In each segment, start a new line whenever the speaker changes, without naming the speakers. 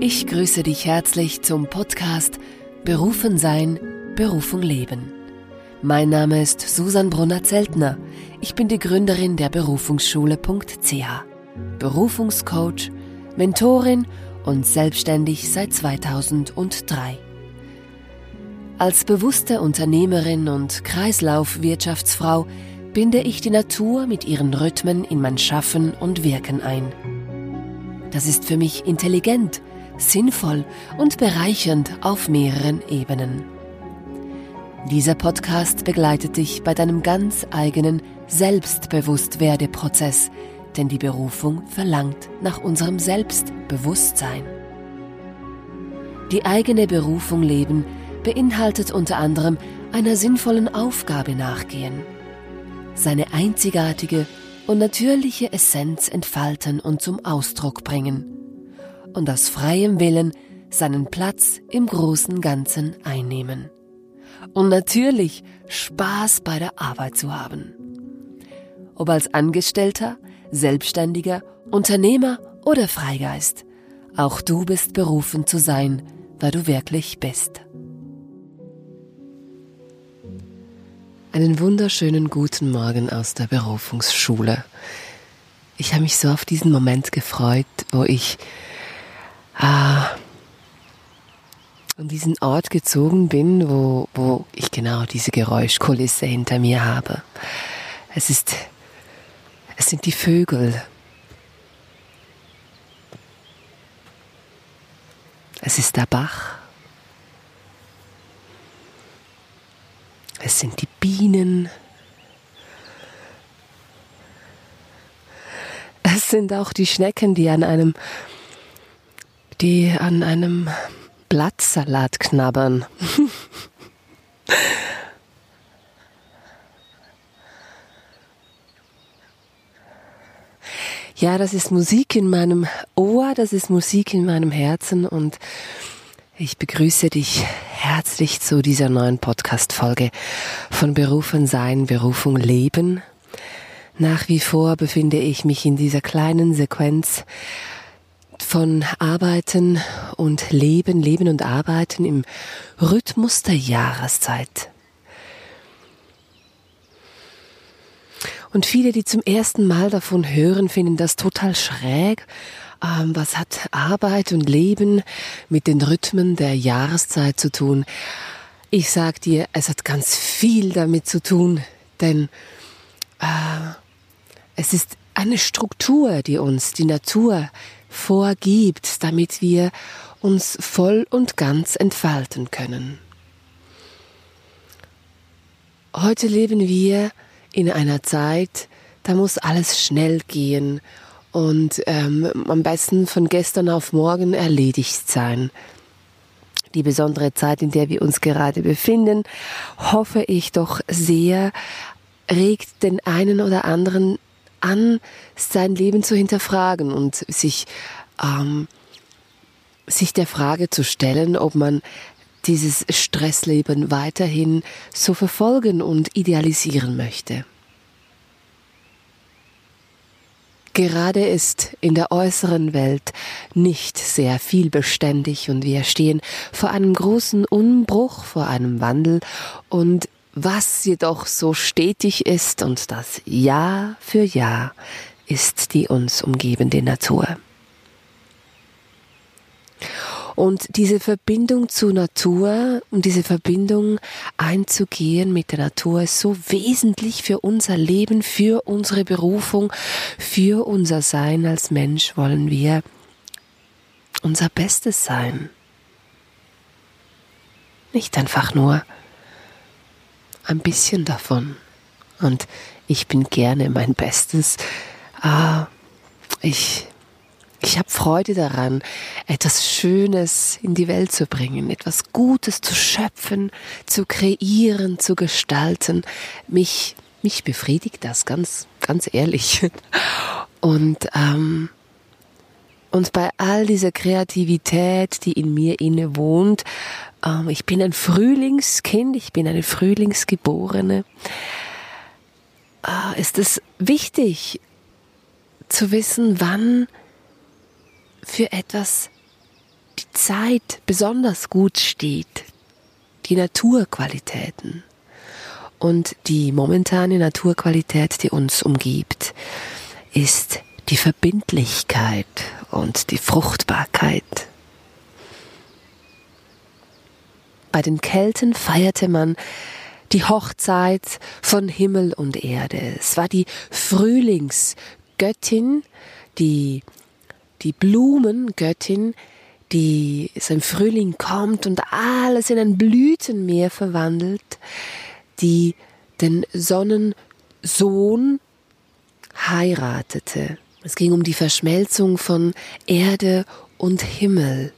Ich grüße dich herzlich zum Podcast Berufen sein, Berufung leben. Mein Name ist Susan Brunner-Zeltner. Ich bin die Gründerin der Berufungsschule.ch, Berufungscoach, Mentorin und selbstständig seit 2003. Als bewusste Unternehmerin und Kreislaufwirtschaftsfrau binde ich die Natur mit ihren Rhythmen in mein Schaffen und Wirken ein. Das ist für mich intelligent, sinnvoll und bereichernd auf mehreren Ebenen. Dieser Podcast begleitet dich bei deinem ganz eigenen Selbstbewusstwerdeprozess, denn die Berufung verlangt nach unserem Selbstbewusstsein. Die eigene Berufung leben beinhaltet unter anderem einer sinnvollen Aufgabe nachgehen, seine einzigartige und natürliche Essenz entfalten und zum Ausdruck bringen und aus freiem Willen seinen Platz im großen Ganzen einnehmen. Und natürlich Spaß bei der Arbeit zu haben. Ob als Angestellter, Selbstständiger, Unternehmer oder Freigeist, auch du bist berufen zu sein, wer du wirklich bist. Einen wunderschönen guten Morgen aus der Berufungsschule. Ich habe mich so auf diesen Moment gefreut, wo ich an diesen Ort gezogen bin, wo ich genau diese Geräuschkulisse hinter mir habe. Es sind die Vögel. Es ist der Bach. Es sind die Bienen. Es sind auch die Schnecken, die an einem Blattsalat knabbern. Ja, das ist Musik in meinem Ohr, das ist Musik in meinem Herzen und ich begrüße dich herzlich zu dieser neuen Podcast-Folge von Berufen sein, Berufung leben. Nach wie vor befinde ich mich in dieser kleinen Sequenz von Arbeiten und Leben und Arbeiten im Rhythmus der Jahreszeit. Und viele, die zum ersten Mal davon hören, finden das total schräg. Was hat Arbeit und Leben mit den Rhythmen der Jahreszeit zu tun? Ich sag dir, es hat ganz viel damit zu tun, denn es ist eine Struktur, die uns die Natur vorgibt, damit wir uns voll und ganz entfalten können. Heute leben wir in einer Zeit, da muss alles schnell gehen und am besten von gestern auf morgen erledigt sein. Die besondere Zeit, in der wir uns gerade befinden, hoffe ich doch sehr, regt den einen oder anderen an, sein Leben zu hinterfragen und sich der Frage zu stellen, ob man dieses Stressleben weiterhin so verfolgen und idealisieren möchte. Gerade ist in der äußeren Welt nicht sehr viel beständig und wir stehen vor einem großen Umbruch, vor einem Wandel und was jedoch so stetig ist und das Jahr für Jahr ist die uns umgebende Natur. Und diese Verbindung zur Natur, um diese Verbindung einzugehen mit der Natur, ist so wesentlich für unser Leben, für unsere Berufung, für unser Sein als Mensch wollen wir unser Bestes sein. Nicht einfach nur ein bisschen davon. Und ich bin gerne mein Bestes. Ich habe Freude daran, etwas Schönes in die Welt zu bringen, etwas Gutes zu schöpfen, zu kreieren, zu gestalten. Mich befriedigt das, ganz ehrlich. Und bei all dieser Kreativität, die in mir inne wohnt, ich bin ein Frühlingskind, ich bin eine Frühlingsgeborene, ist es wichtig zu wissen, wann für etwas die Zeit besonders gut steht, die Naturqualitäten. Und die momentane Naturqualität, die uns umgibt, ist die Verbindlichkeit und die Fruchtbarkeit. Bei den Kelten feierte man die Hochzeit von Himmel und Erde. Es war die Frühlingsgöttin, die Blumengöttin, die so im Frühling kommt und alles in ein Blütenmeer verwandelt, die den Sonnensohn heiratete. Es ging um die Verschmelzung von Erde und Himmel,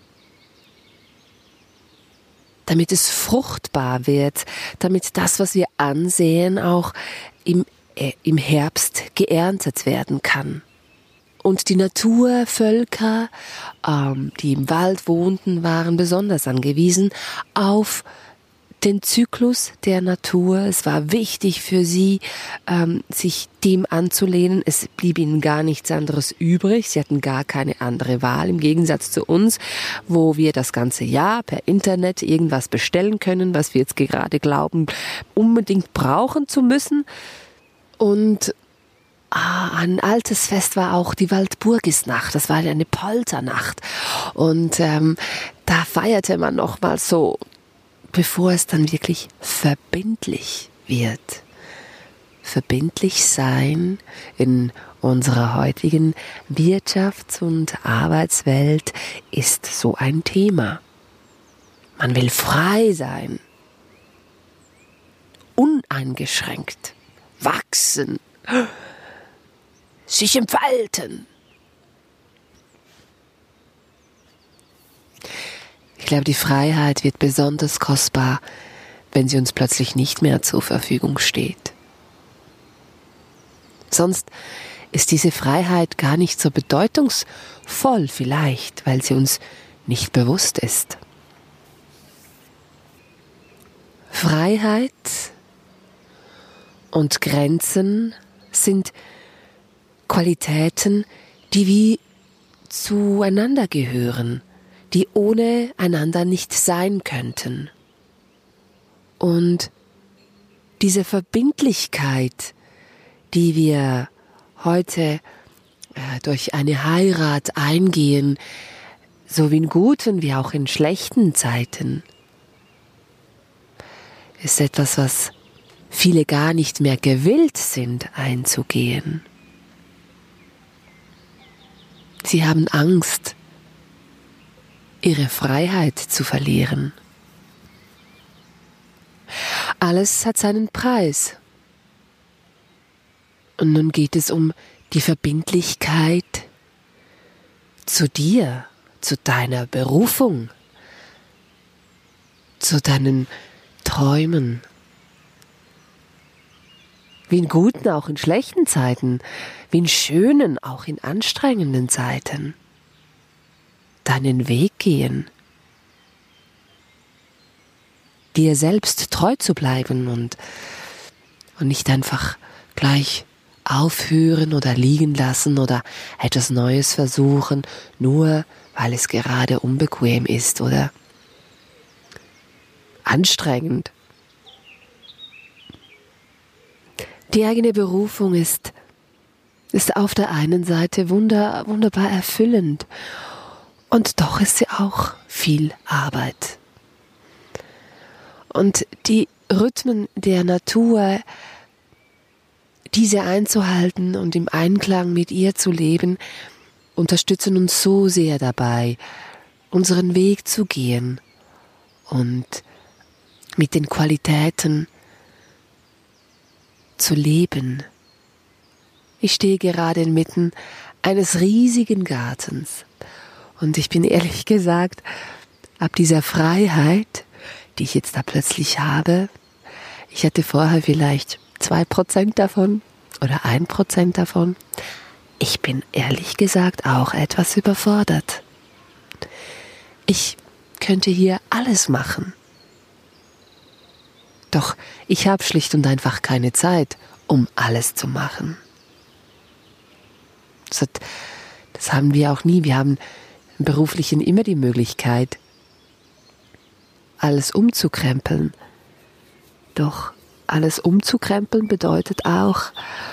damit es fruchtbar wird, damit das, was wir ansehen, auch im Herbst geerntet werden kann. Und die Naturvölker, die im Wald wohnten, waren besonders angewiesen auf den Zyklus der Natur. Es war wichtig für sie, sich dem anzulehnen. Es blieb ihnen gar nichts anderes übrig. Sie hatten gar keine andere Wahl, im Gegensatz zu uns, wo wir das ganze Jahr per Internet irgendwas bestellen können, was wir jetzt gerade glauben, unbedingt brauchen zu müssen. Und ein altes Fest war auch die Walpurgisnacht. Das war eine Polternacht. Und da feierte man nochmal so, bevor es dann wirklich verbindlich wird. Verbindlich sein in unserer heutigen Wirtschafts- und Arbeitswelt ist so ein Thema. Man will frei sein, uneingeschränkt, wachsen, sich entfalten. Ich glaube, die Freiheit wird besonders kostbar, wenn sie uns plötzlich nicht mehr zur Verfügung steht. Sonst ist diese Freiheit gar nicht so bedeutungsvoll vielleicht, weil sie uns nicht bewusst ist. Freiheit und Grenzen sind Qualitäten, die wie zueinander gehören, die ohne einander nicht sein könnten. Und diese Verbindlichkeit, die wir heute durch eine Heirat eingehen, sowie in guten wie auch in schlechten Zeiten, ist etwas, was viele gar nicht mehr gewillt sind einzugehen. Sie haben Angst, ihre Freiheit zu verlieren. Alles hat seinen Preis. Und nun geht es um die Verbindlichkeit zu dir, zu deiner Berufung, zu deinen Träumen. Wie in guten, auch in schlechten Zeiten, wie in schönen, auch in anstrengenden Zeiten. Deinen Weg gehen. Dir selbst treu zu bleiben und nicht einfach gleich aufhören oder liegen lassen oder etwas Neues versuchen, nur weil es gerade unbequem ist oder anstrengend. Die eigene Berufung ist auf der einen Seite wunderbar erfüllend und doch ist sie auch viel Arbeit. Und die Rhythmen der Natur, diese einzuhalten und im Einklang mit ihr zu leben, unterstützen uns so sehr dabei, unseren Weg zu gehen und mit den Qualitäten zu leben. Ich stehe gerade inmitten eines riesigen Gartens und ich bin ehrlich gesagt, ab dieser Freiheit, die ich jetzt da plötzlich habe, ich hatte vorher vielleicht 2% davon oder 1% davon, ich bin ehrlich gesagt auch etwas überfordert. Ich könnte hier alles machen. Doch ich habe schlicht und einfach keine Zeit, um alles zu machen. Das haben wir auch nie. Wir haben im Beruflichen immer die Möglichkeit, alles umzukrempeln. Doch alles umzukrempeln bedeutet auch,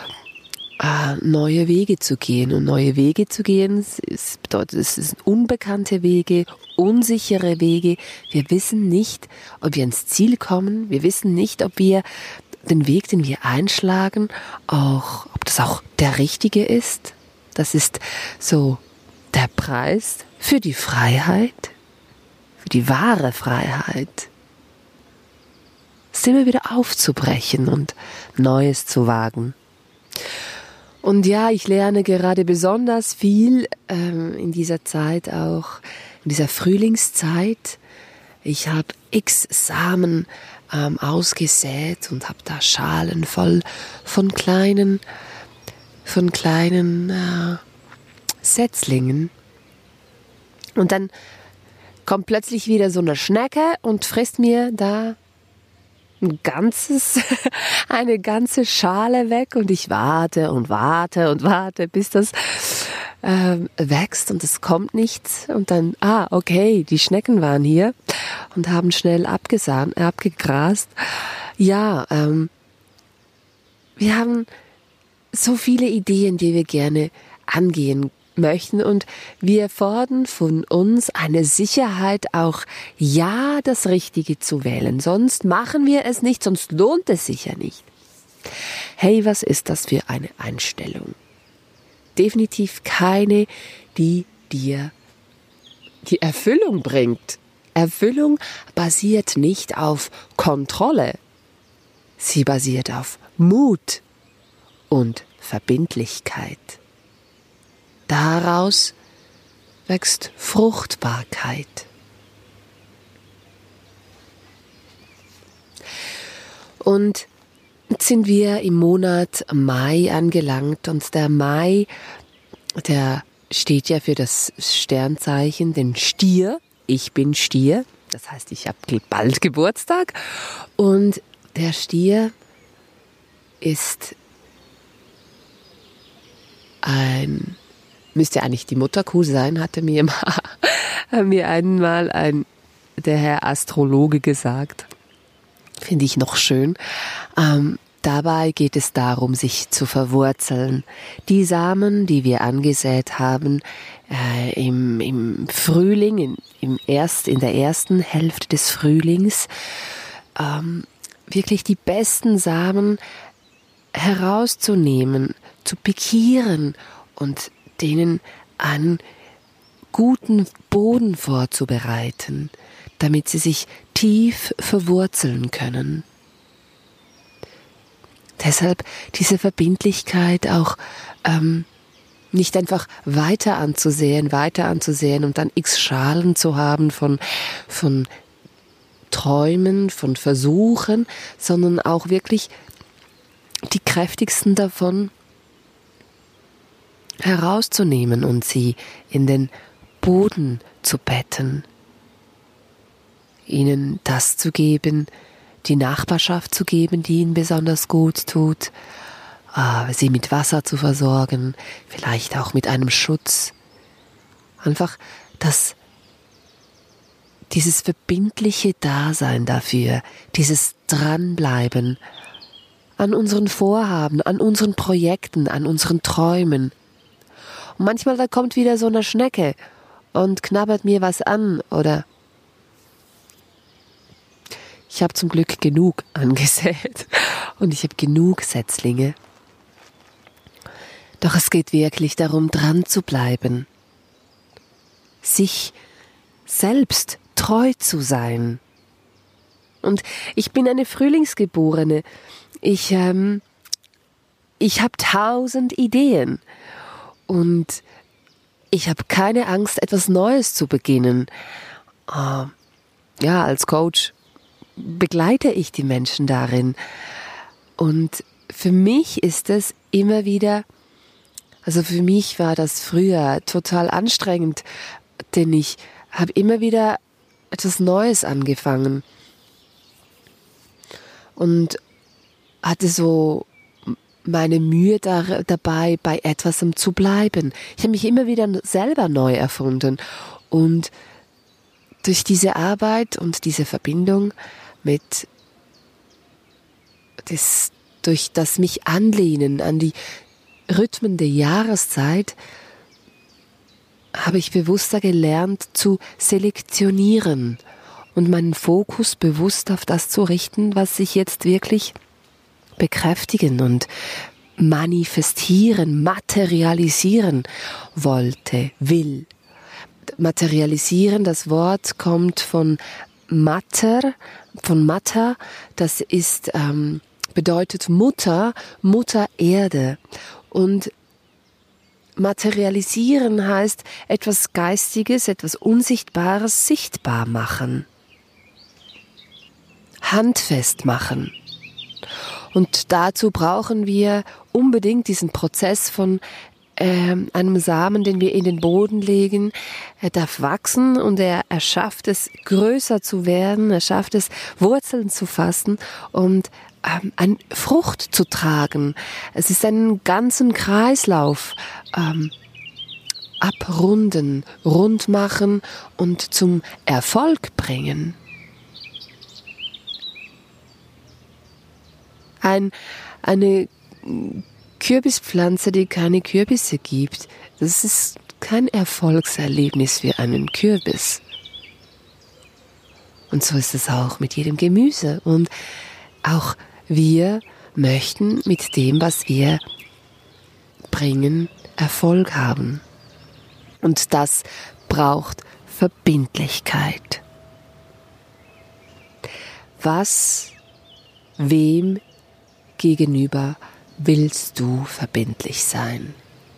neue Wege zu gehen. Und neue Wege zu gehen, es sind unbekannte Wege, unsichere Wege. Wir wissen nicht, ob wir ins Ziel kommen. Wir wissen nicht, ob wir den Weg, den wir einschlagen, ob das auch der richtige ist. Das ist so der Preis für die Freiheit, für die wahre Freiheit. Es immer wieder aufzubrechen und Neues zu wagen. Und ja, ich lerne gerade besonders viel in dieser Zeit auch, in dieser Frühlingszeit. Ich habe x Samen ausgesät und habe da Schalen voll von kleinen Setzlingen. Und dann kommt plötzlich wieder so eine Schnecke und frisst mir da eine ganze Schale weg, und ich warte und warte und warte, bis das wächst und es kommt nichts. Und dann, okay, die Schnecken waren hier und haben schnell abgegrast. Ja, wir haben so viele Ideen, die wir gerne angehen möchten, und wir fordern von uns eine Sicherheit, auch das Richtige zu wählen. Sonst machen wir es nicht, sonst lohnt es sich ja nicht. Hey, was ist das für eine Einstellung? Definitiv keine, die dir die Erfüllung bringt. Erfüllung basiert nicht auf Kontrolle. Sie basiert auf Mut und Verbindlichkeit. Daraus wächst Fruchtbarkeit. Und jetzt sind wir im Monat Mai angelangt, und der Mai, der steht ja für das Sternzeichen, den Stier. Ich bin Stier, das heißt, ich habe bald Geburtstag, und der Stier ist müsste eigentlich die Mutterkuh sein, hatte mir einmal der Herr Astrologe gesagt. Finde ich noch schön. Dabei geht es darum, sich zu verwurzeln. Die Samen, die wir angesät haben, im Frühling, in der ersten Hälfte des Frühlings, wirklich die besten Samen herauszunehmen, zu pikieren und denen einen guten Boden vorzubereiten, damit sie sich tief verwurzeln können. Deshalb diese Verbindlichkeit auch nicht einfach weiter anzusehen und dann x Schalen zu haben von Träumen, von Versuchen, sondern auch wirklich die kräftigsten davon herauszunehmen und sie in den Boden zu betten, ihnen das zu geben, die Nachbarschaft zu geben, die ihnen besonders gut tut, sie mit Wasser zu versorgen, vielleicht auch mit einem Schutz. Einfach dieses verbindliche Dasein dafür, dieses Dranbleiben an unseren Vorhaben, an unseren Projekten, an unseren Träumen. Und manchmal da kommt wieder so eine Schnecke und knabbert mir was an, oder ich habe zum Glück genug angesät und ich habe genug Setzlinge. Doch es geht wirklich darum, dran zu bleiben, sich selbst treu zu sein. Und ich bin eine Frühlingsgeborene. Ich habe 1000 Ideen. Und ich habe keine Angst, etwas Neues zu beginnen. Als Coach begleite ich die Menschen darin. Und für mich ist es immer wieder, also für mich war das früher total anstrengend, denn ich habe immer wieder etwas Neues angefangen und hatte so meine Mühe dabei, bei etwas zu bleiben. Ich habe mich immer wieder selber neu erfunden. Und durch diese Arbeit und diese Verbindung durch das mich anlehnen an die Rhythmen der Jahreszeit, habe ich bewusster gelernt zu selektionieren und meinen Fokus bewusst auf das zu richten, was sich jetzt wirklich bekräftigen und manifestieren, materialisieren will. Materialisieren, das Wort kommt von Matter, das ist, bedeutet Mutter Erde. Und materialisieren heißt etwas Geistiges, etwas Unsichtbares sichtbar machen. Handfest machen. Und dazu brauchen wir unbedingt diesen Prozess von einem Samen, den wir in den Boden legen. Er darf wachsen und er schafft es, größer zu werden. Er schafft es, Wurzeln zu fassen und eine Frucht zu tragen. Es ist einen ganzen Kreislauf abrunden, rund machen und zum Erfolg bringen. Eine Kürbispflanze, die keine Kürbisse gibt, das ist kein Erfolgserlebnis für einen Kürbis. Und so ist es auch mit jedem Gemüse. Und auch wir möchten mit dem, was wir bringen, Erfolg haben. Und das braucht Verbindlichkeit. Wem gegenüber willst du verbindlich sein?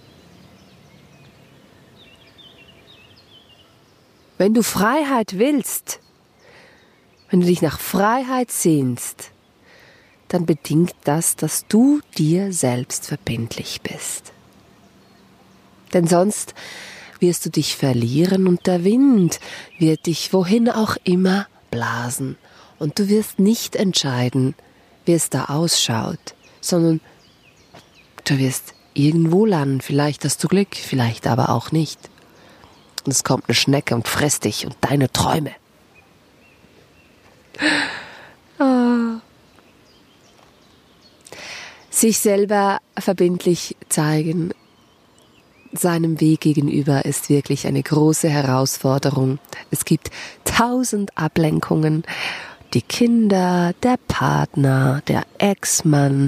Wenn du Freiheit willst, wenn du dich nach Freiheit sehnst, dann bedingt das, dass du dir selbst verbindlich bist. Denn sonst wirst du dich verlieren und der Wind wird dich wohin auch immer blasen. Und du wirst nicht entscheiden, wie es da ausschaut, sondern du wirst irgendwo landen. Vielleicht hast du Glück, vielleicht aber auch nicht. Und es kommt eine Schnecke und frisst dich und deine Träume. Sich selber verbindlich zeigen, seinem Weg gegenüber, ist wirklich eine große Herausforderung. Es gibt 1000 Ablenkungen. Die Kinder, der Partner, der Ex-Mann,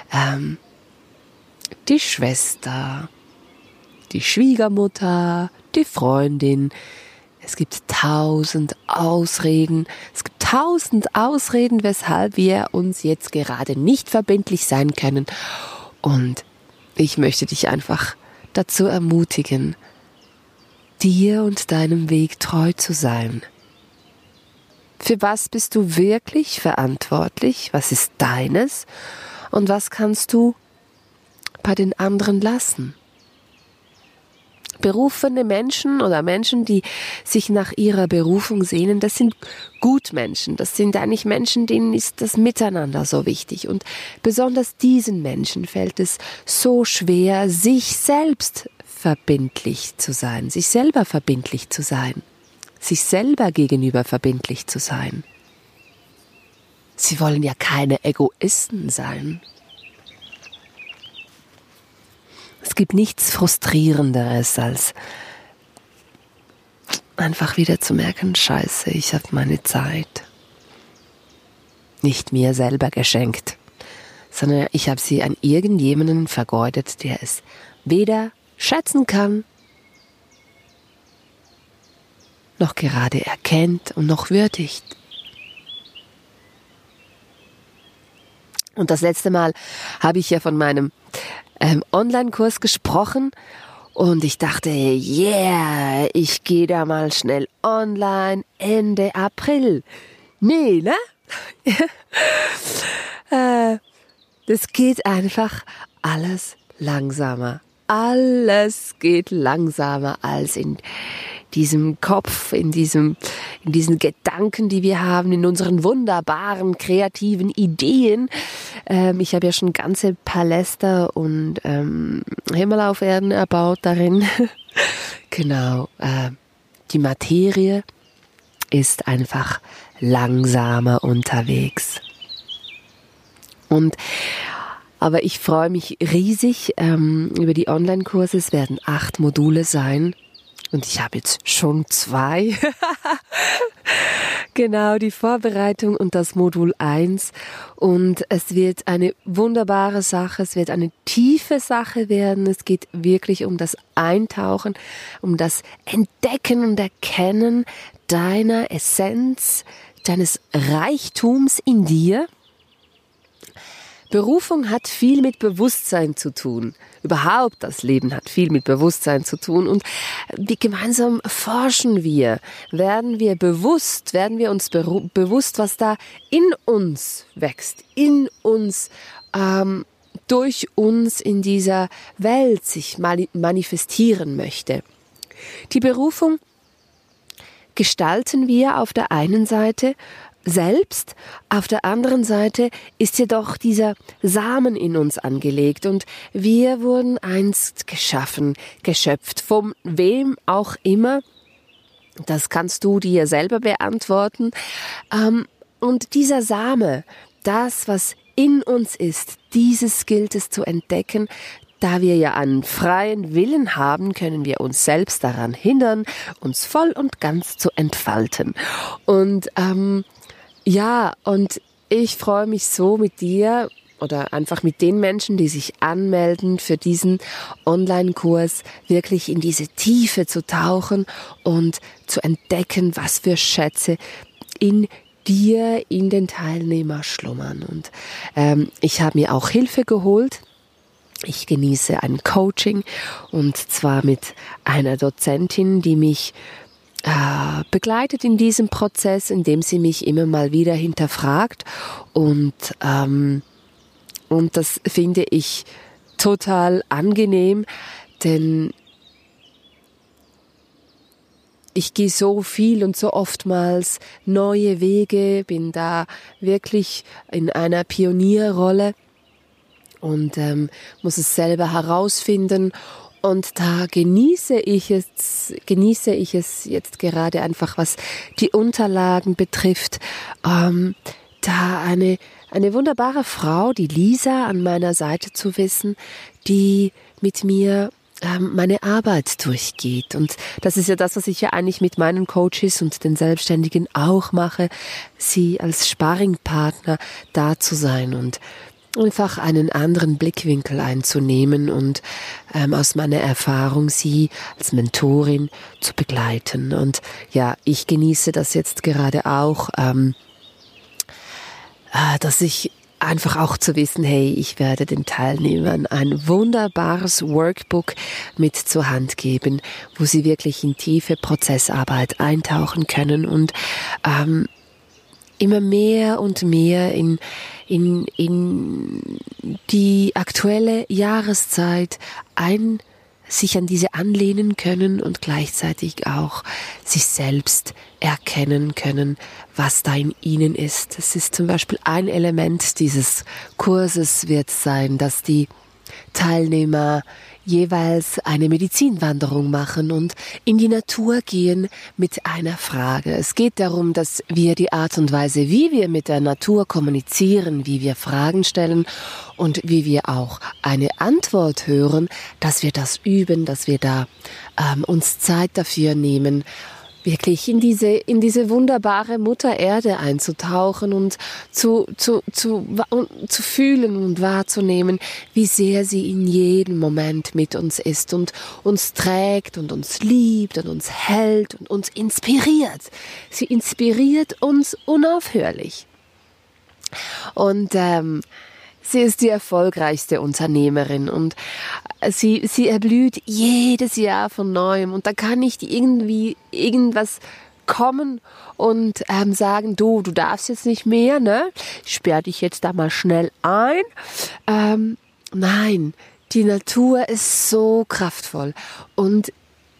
die Schwester, die Schwiegermutter, die Freundin. Es gibt 1000 Ausreden. Es gibt 1000 Ausreden, weshalb wir uns jetzt gerade nicht verbindlich sein können. Und ich möchte dich einfach dazu ermutigen, dir und deinem Weg treu zu sein. Für was bist du wirklich verantwortlich? Was ist deines? Und was kannst du bei den anderen lassen? Berufene Menschen oder Menschen, die sich nach ihrer Berufung sehnen, das sind Gutmenschen. Das sind eigentlich Menschen, denen ist das Miteinander so wichtig. Und besonders diesen Menschen fällt es so schwer, sich selbst verbindlich zu sein, sich selber verbindlich zu sein. Sich selber gegenüber verbindlich zu sein. Sie wollen ja keine Egoisten sein. Es gibt nichts Frustrierenderes, als einfach wieder zu merken, Scheiße, ich habe meine Zeit nicht mir selber geschenkt, sondern ich habe sie an irgendjemanden vergeudet, der es weder schätzen kann, noch gerade erkennt und noch würdigt. Und das letzte Mal habe ich ja von meinem Online-Kurs gesprochen und ich dachte, yeah, ich gehe da mal schnell online Ende April. Nee, ne? Das geht einfach alles langsamer. Alles geht langsamer als in diesem Kopf, in diesen Gedanken, die wir haben, in unseren wunderbaren, kreativen Ideen. Ich habe ja schon ganze Paläste und Himmel auf Erden erbaut darin. Genau, die Materie ist einfach langsamer unterwegs. Aber ich freue mich riesig über die Online-Kurse. Es werden 8 Module sein. Und ich habe jetzt schon 2. Genau, die Vorbereitung und das Modul 1. Und es wird eine wunderbare Sache, es wird eine tiefe Sache werden. Es geht wirklich um das Eintauchen, um das Entdecken und Erkennen deiner Essenz, deines Reichtums in dir. Berufung hat viel mit Bewusstsein zu tun. Überhaupt das Leben hat viel mit Bewusstsein zu tun. Und gemeinsam forschen wir, werden wir uns bewusst, was da in uns wächst, in uns, durch uns in dieser Welt sich manifestieren möchte. Die Berufung gestalten wir auf der einen Seite selbst, auf der anderen Seite ist jedoch dieser Samen in uns angelegt und wir wurden einst geschaffen, geschöpft, von wem auch immer. Das kannst du dir selber beantworten. Und dieser Same, das, was in uns ist, dieses gilt es zu entdecken. Da wir ja einen freien Willen haben, können wir uns selbst daran hindern, uns voll und ganz zu entfalten. Und ja, und ich freue mich so mit dir oder einfach mit den Menschen, die sich anmelden für diesen Online-Kurs, wirklich in diese Tiefe zu tauchen und zu entdecken, was für Schätze in dir, in den Teilnehmer schlummern. Und ich habe mir auch Hilfe geholt. Ich genieße ein Coaching und zwar mit einer Dozentin, die mich begleitet in diesem Prozess, indem sie mich immer mal wieder hinterfragt und das finde ich total angenehm, denn ich gehe so viel und so oftmals neue Wege, bin da wirklich in einer Pionierrolle und muss es selber herausfinden. Und da genieße ich es jetzt gerade einfach, was die Unterlagen betrifft, da eine wunderbare Frau, die Lisa, an meiner Seite zu wissen, die mit mir meine Arbeit durchgeht. Und das ist ja das, was ich ja eigentlich mit meinen Coaches und den Selbstständigen auch mache, sie als Sparringpartner da zu sein und einfach einen anderen Blickwinkel einzunehmen und aus meiner Erfahrung sie als Mentorin zu begleiten. Und ja, ich genieße das jetzt gerade auch, dass ich einfach auch zu wissen, hey, ich werde den Teilnehmern ein wunderbares Workbook mit zur Hand geben, wo sie wirklich in tiefe Prozessarbeit eintauchen können und immer mehr und mehr in die aktuelle Jahreszeit sich an diese anlehnen können und gleichzeitig auch sich selbst erkennen können, was da in ihnen ist. Das ist zum Beispiel ein Element dieses Kurses wird sein, dass die Teilnehmer jeweils eine Medizinwanderung machen und in die Natur gehen mit einer Frage. Es geht darum, dass wir die Art und Weise, wie wir mit der Natur kommunizieren, wie wir Fragen stellen und wie wir auch eine Antwort hören, dass wir das üben, dass wir da uns Zeit dafür nehmen, wirklich in diese wunderbare Mutter Erde einzutauchen und zu fühlen und wahrzunehmen, wie sehr sie in jedem Moment mit uns ist und uns trägt und uns liebt und uns hält und uns inspiriert. Sie inspiriert uns unaufhörlich. Und sie ist die erfolgreichste Unternehmerin und sie erblüht jedes Jahr von Neuem und da kann nicht irgendwie irgendwas kommen und sagen, du darfst jetzt nicht mehr, ne? Ich sperr dich jetzt da mal schnell ein. Nein, die Natur ist so kraftvoll und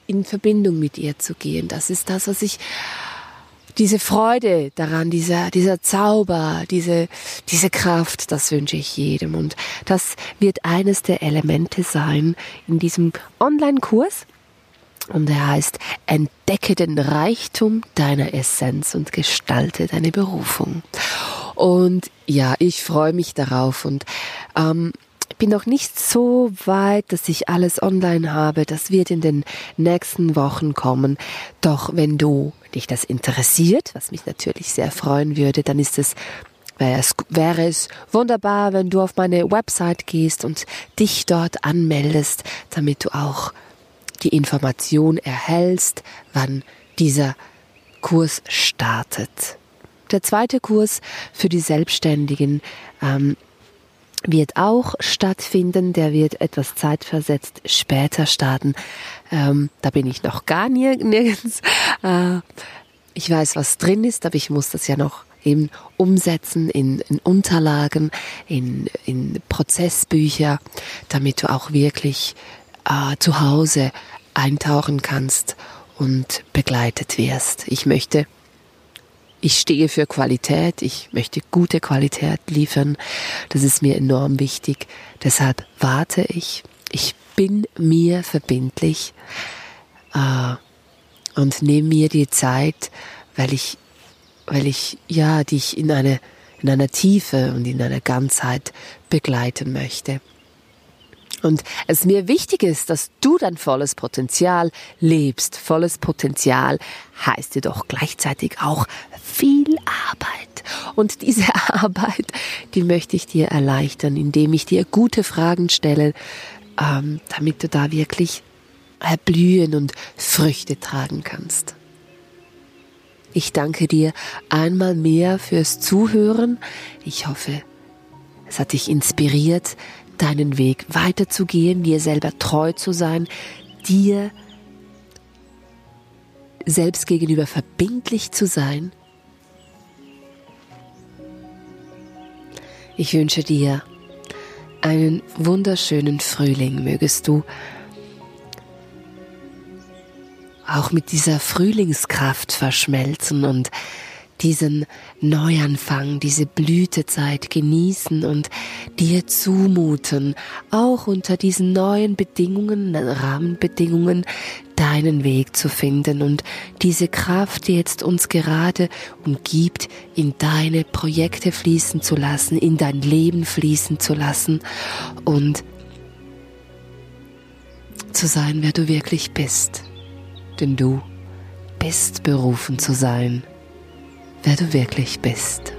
in Verbindung mit ihr zu gehen. Das ist das, was ich, diese Freude daran, dieser Zauber, diese Kraft, das wünsche ich jedem. Und das wird eines der Elemente sein in diesem Online-Kurs. Und er heißt, entdecke den Reichtum deiner Essenz und gestalte deine Berufung. Und ja, ich freue mich darauf und ich bin noch nicht so weit, dass ich alles online habe. Das wird in den nächsten Wochen kommen. Doch wenn dich das interessiert, was mich natürlich sehr freuen würde, dann wäre es wunderbar, wenn du auf meine Website gehst und dich dort anmeldest, damit du auch die Information erhältst, wann dieser Kurs startet. Der zweite Kurs für die Selbstständigen wird auch stattfinden. Der wird etwas zeitversetzt später starten. Da bin ich noch gar nirgends. Ich weiß, was drin ist, aber ich muss das ja noch eben umsetzen in Unterlagen, in Prozessbücher, damit du auch wirklich zu Hause eintauchen kannst und begleitet wirst. Ich stehe für Qualität, ich möchte gute Qualität liefern, das ist mir enorm wichtig, deshalb warte ich bin mir verbindlich und nehme mir die Zeit, weil ich dich in einer Tiefe und in einer Ganzheit begleiten möchte. Und es mir wichtig ist, dass du dein volles Potenzial lebst. Volles Potenzial heißt jedoch gleichzeitig auch viel Arbeit. Und diese Arbeit, die möchte ich dir erleichtern, indem ich dir gute Fragen stelle, damit du da wirklich erblühen und Früchte tragen kannst. Ich danke dir einmal mehr fürs Zuhören. Ich hoffe, es hat dich inspiriert, deinen Weg weiterzugehen, dir selber treu zu sein, dir selbst gegenüber verbindlich zu sein. Ich wünsche dir einen wunderschönen Frühling. Mögest du auch mit dieser Frühlingskraft verschmelzen und diesen Neuanfang, diese Blütezeit genießen und dir zumuten, auch unter diesen neuen Bedingungen, Rahmenbedingungen, deinen Weg zu finden und diese Kraft, die jetzt uns gerade umgibt, in deine Projekte fließen zu lassen, in dein Leben fließen zu lassen und zu sein, wer du wirklich bist. Denn du bist berufen zu sein, wer du wirklich bist.